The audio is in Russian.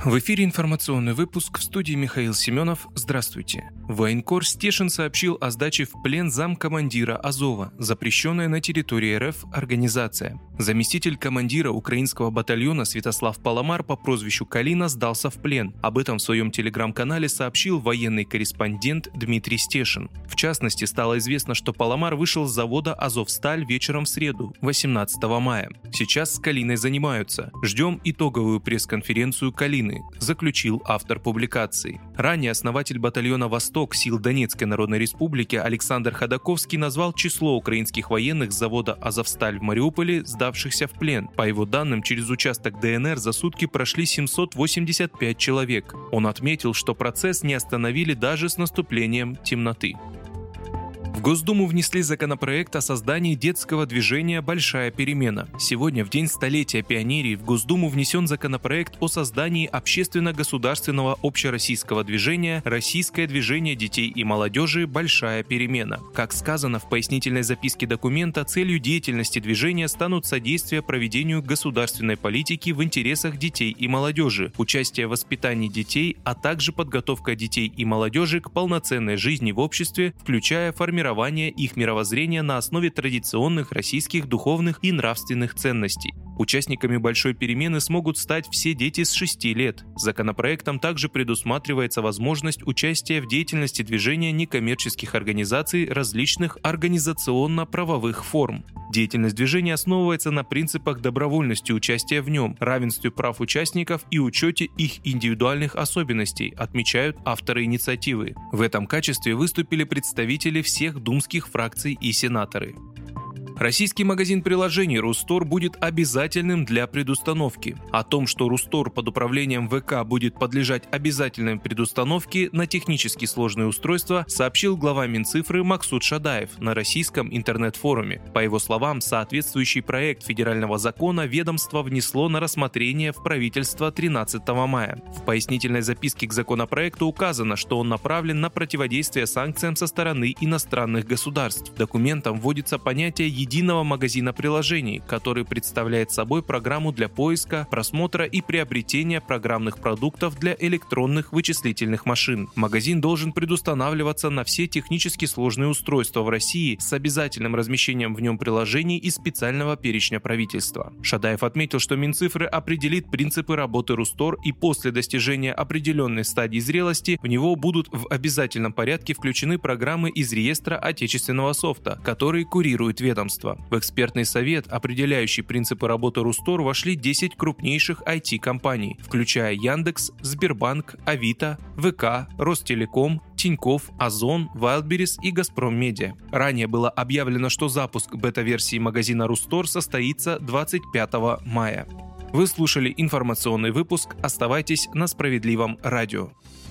В эфире информационный выпуск, в студии Михаил Семенов. Здравствуйте. Военкор Стешин сообщил о сдаче в плен замкомандира Азова, запрещенная на территории РФ организация. Заместитель командира украинского батальона Святослав Паламар по прозвищу Калина сдался в плен. Об этом в своем телеграм-канале сообщил военный корреспондент Дмитрий Стешин. В частности, стало известно, что Паламар вышел с завода «Азовсталь» вечером в среду, 18 мая. Сейчас с Калиной занимаются. Ждем итоговую пресс-конференцию Калины, заключил автор публикации. Ранее основатель батальона «Восток» сил Донецкой Народной Республики Александр Ходаковский назвал число украинских военных с завода «Азовсталь» в Мариуполе, сдавшихся в плен. По его данным, через участок ДНР за сутки прошли 785 человек. Он отметил, что процесс не остановили даже с наступлением темноты. В Госдуму внесли законопроект о создании детского движения «Большая перемена». Сегодня, в день столетия пионерии, в Госдуму внесен законопроект о создании общественно-государственного общероссийского движения «Российское движение детей и молодежи. Большая перемена». Как сказано в пояснительной записке документа, целью деятельности движения станут содействие проведению государственной политики в интересах детей и молодежи, участие в воспитании детей, а также подготовка детей и молодежи к полноценной жизни в обществе, включая формирование их мировоззрения на основе традиционных российских духовных и нравственных ценностей. Участниками большой перемены смогут стать все дети с 6 лет. Законопроектом также предусматривается возможность участия в деятельности движения некоммерческих организаций различных организационно-правовых форм. Деятельность движения основывается на принципах добровольности участия в нем, равенстве прав участников и учете их индивидуальных особенностей, отмечают авторы инициативы. В этом качестве выступили представители всех думских фракций и сенаторы. Российский магазин приложений «Рустор» будет обязательным для предустановки. О том, что «Рустор» под управлением ВК будет подлежать обязательной предустановке на технически сложные устройства, сообщил глава Минцифры Максут Шадаев на российском интернет-форуме. По его словам, соответствующий проект федерального закона ведомство внесло на рассмотрение в правительство 13 мая. В пояснительной записке к законопроекту указано, что он направлен на противодействие санкциям со стороны иностранных государств. Документом вводится понятие единого магазина приложений, который представляет собой программу для поиска, просмотра и приобретения программных продуктов для электронных вычислительных машин. Магазин должен предустанавливаться на все технически сложные устройства в России с обязательным размещением в нем приложений из специального перечня правительства. Шадаев отметил, что Минцифры определит принципы работы Рустор, и после достижения определенной стадии зрелости в него будут в обязательном порядке включены программы из реестра отечественного софта, который курирует ведомство. В экспертный совет, определяющий принципы работы Рустор, вошли 10 крупнейших IT-компаний, включая Яндекс, Сбербанк, Авито, ВК, Ростелеком, Тинькофф, Озон, Wildberries и Газпром Медиа. Ранее было объявлено, что запуск бета-версии магазина Рустор состоится 25 мая. Вы слушали информационный выпуск. Оставайтесь на Справедливом радио.